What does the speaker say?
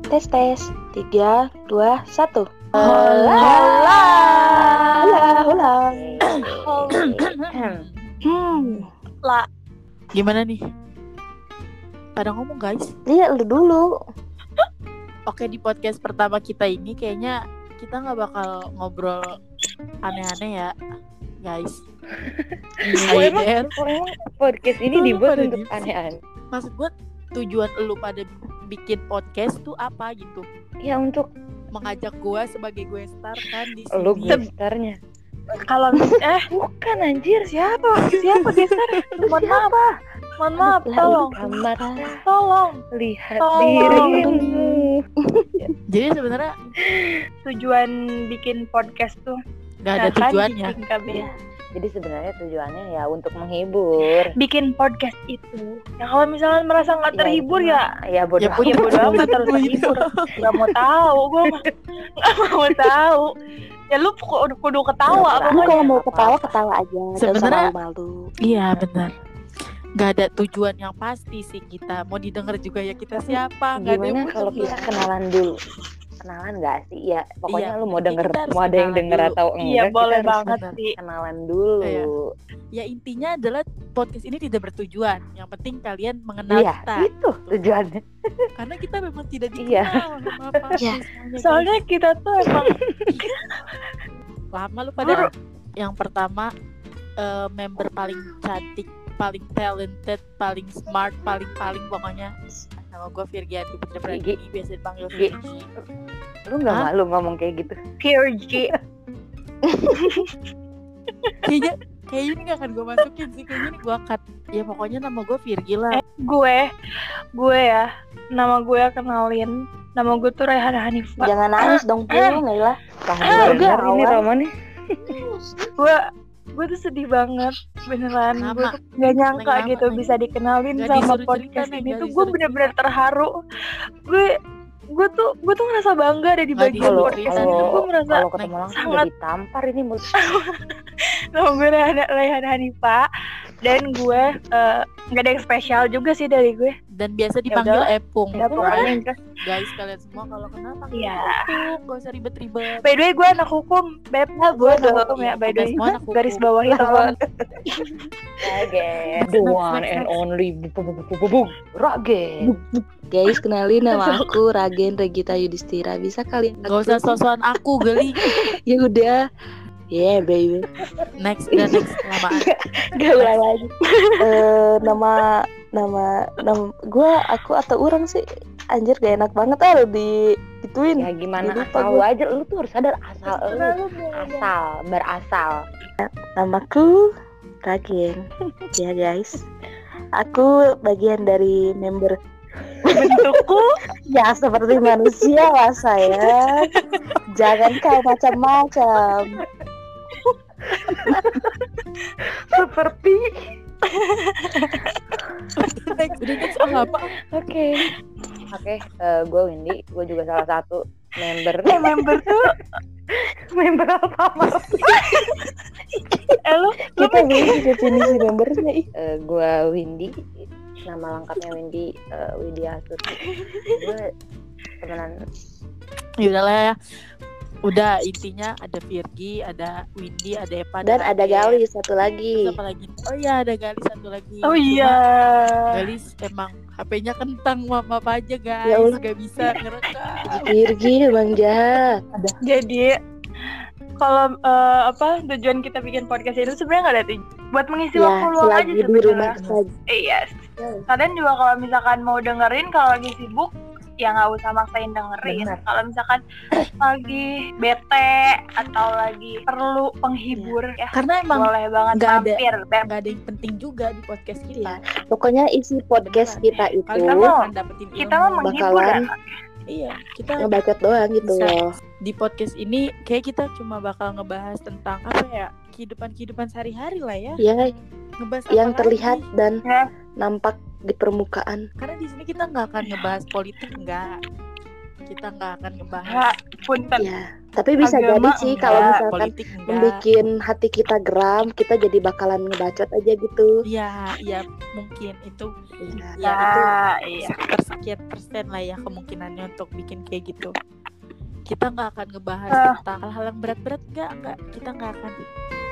Tes tes 3, 2, 1. Hola. Hola. Lah. Gimana nih? Pada ngomong guys. Iya, lu dulu. Oke, di podcast pertama kita ini kayaknya kita nggak bakal ngobrol aneh-aneh ya, guys. Emang podcast ini Lu dibuat pada untuk dips. aneh-aneh. Maksud gue tujuan lu pada bikin podcast tuh apa gitu? Ya untuk Mengajak gue sebagai gue star kan di lu sini. gestarnya. Kalau Bukan anjir. siapa gestar? Mohon maaf, tolong. Tolong. Lihat Tolong. dirimu. Jadi sebenarnya Tujuan bikin podcast tuh nggak ada tujuannya. Jadi sebenarnya tujuannya ya untuk menghibur. Bikin podcast itu. Ya kalau misalnya merasa nggak terhibur ya bodoh. Ya punya bodo amat harus terhibur. Gak mau tahu, gue nggak mau tahu. Ya lu kudu ketawa. Lu kalau mau pokoknya. ketawa aja. Sebenarnya- malu. Iya benar. Gak ada tujuan yang pasti sih kita. Mau didengar juga ya kita siapa. Gak ada yang Gimana kalau kita punya. kenalan dulu? Kenalan nggak sih? Ya pokoknya Iya, lu mau kita denger, harus mau ada yang kenalan denger dulu. atau enggak? Iya kita boleh harus banget benar. sih. kenalan dulu. Iya. Ya intinya adalah podcast ini tidak bertujuan. Yang penting kalian mengenal Iya, kita. itu tujuannya. Karena kita memang tidak Iya. dikenal sama apa Iya. semuanya, Soalnya kita tuh emang guys. Lama lu pada. Yang pertama member paling cantik, paling talented, paling smart, paling pokoknya. Nama gue Virgianti Putri Pragini, biasa dipanggil Gi. Virgi. Lu nggak Hah? malu ngomong kayak gitu? pure G. Kayaknya ini gak akan gue masukin sih. Kayaknya ini gue cut. Ya pokoknya nama gue Virgi lah. Gue ya, nama gue kenalin. Nama gue tuh Rayhana Hanifah. Jangan nangis dong, Nailah. Udah, ini romannya. Gue tuh sedih banget beneran. Nama. Gue tuh gak nyangka Nama, gitu Neng. bisa dikenalin Gak sama disuruh podcast cerita, Neng. ini Gak tuh. Gue disuruh bener-bener terharu. Gue tuh ngerasa bangga ada di Gak bagian disuruh podcast cerita, ini. Neng. Gue merasa kalau ketemu langsung sangat- udah ditampar ini mulut. nama gue Rayhana Hanifah. Dan gue gak ada yang spesial juga sih dari gue. Dan biasa dipanggil udahlah. Epung. Ya pokoknya Guys, kalian semua kalau kenal panggil Iya. Epung. Gak usah ribet-ribet. by the way gue anak hukum, Beb. Gue anak hukum ya, by the way. Semua anak hukum. Garis bawahi tolong. Ragen, the one and only Ragen. Guys, kenalin nama aku Ragen Regita Yudhistira. Bisa kalian Gak usah sok-sokan aku geli. Ya udah. Yeah, baby. Next kelamaan. Gak ulang lagi. Nama aku atau orang sih anjir gak enak banget lu digituin. Ya gimana Jadi asal lupa lu aja, lu tuh harus sadar asal lu. Berasal. Namaku Ragen. Ya guys. Aku bagian dari member Bentukku ya seperti manusia lah sayang. Jangan kau macam-macam. Seperti Udah next apa? Oke, gue Windy, gue juga salah satu member. member tuh Member apa? lu Kita bingung definisi membernya ih. Gue Windy, nama lengkapnya Windy Widiastuti. Gue temenan. Yaudah lah ya. Udah intinya ada Virgi, ada Windy, ada Epa, Dan ada Ragen. Galis satu lagi. Terus apa lagi? Oh iya ada Galis satu lagi. oh iya. Galis emang HP-nya kentang maaf aja guys. Ya Allah. Gak bisa ngerekam. Virgi Bang Jahat. Jadi kalau tujuan kita bikin podcast itu sebenarnya nggak ada tujuan buat mengisi Ya, waktu luang aja selagi di sebenarnya. rumah saja. Yes. Kalian juga kalau misalkan mau dengerin kalau lagi sibuk ya nggak usah maksain dengerin. Benar. Kalau misalkan lagi bete atau lagi perlu penghibur ya Karena emang boleh banget nggak ada- mampir. Beb. gak ada yang penting juga di podcast kita. Pokoknya isi podcast kita itu Kalian akan dapetin Kita ilmu. mah menghibur bakalan ya. Iya, kita ngebacot doang gitu Bisa. loh. di podcast ini kayak kita cuma bakal ngebahas tentang apa ya, kehidupan sehari-hari lah ya. Ya, Ngebahas yang apa terlihat lagi? dan Ya. nampak di permukaan. Karena di sini kita nggak akan ngebahas politik, enggak. Kita nggak akan ngebahas Ya, punten. Ya, Tapi bisa Agama jadi sih kalau enggak, misalkan politik enggak. membikin hati kita geram, kita jadi bakalan ngebacot aja gitu. Iya mungkin itu Iya. ya itu iya. sekian persen lah ya kemungkinannya untuk bikin kayak gitu. Kita nggak akan ngebahas tentang hal-hal yang berat-berat, nggak kita nggak akan.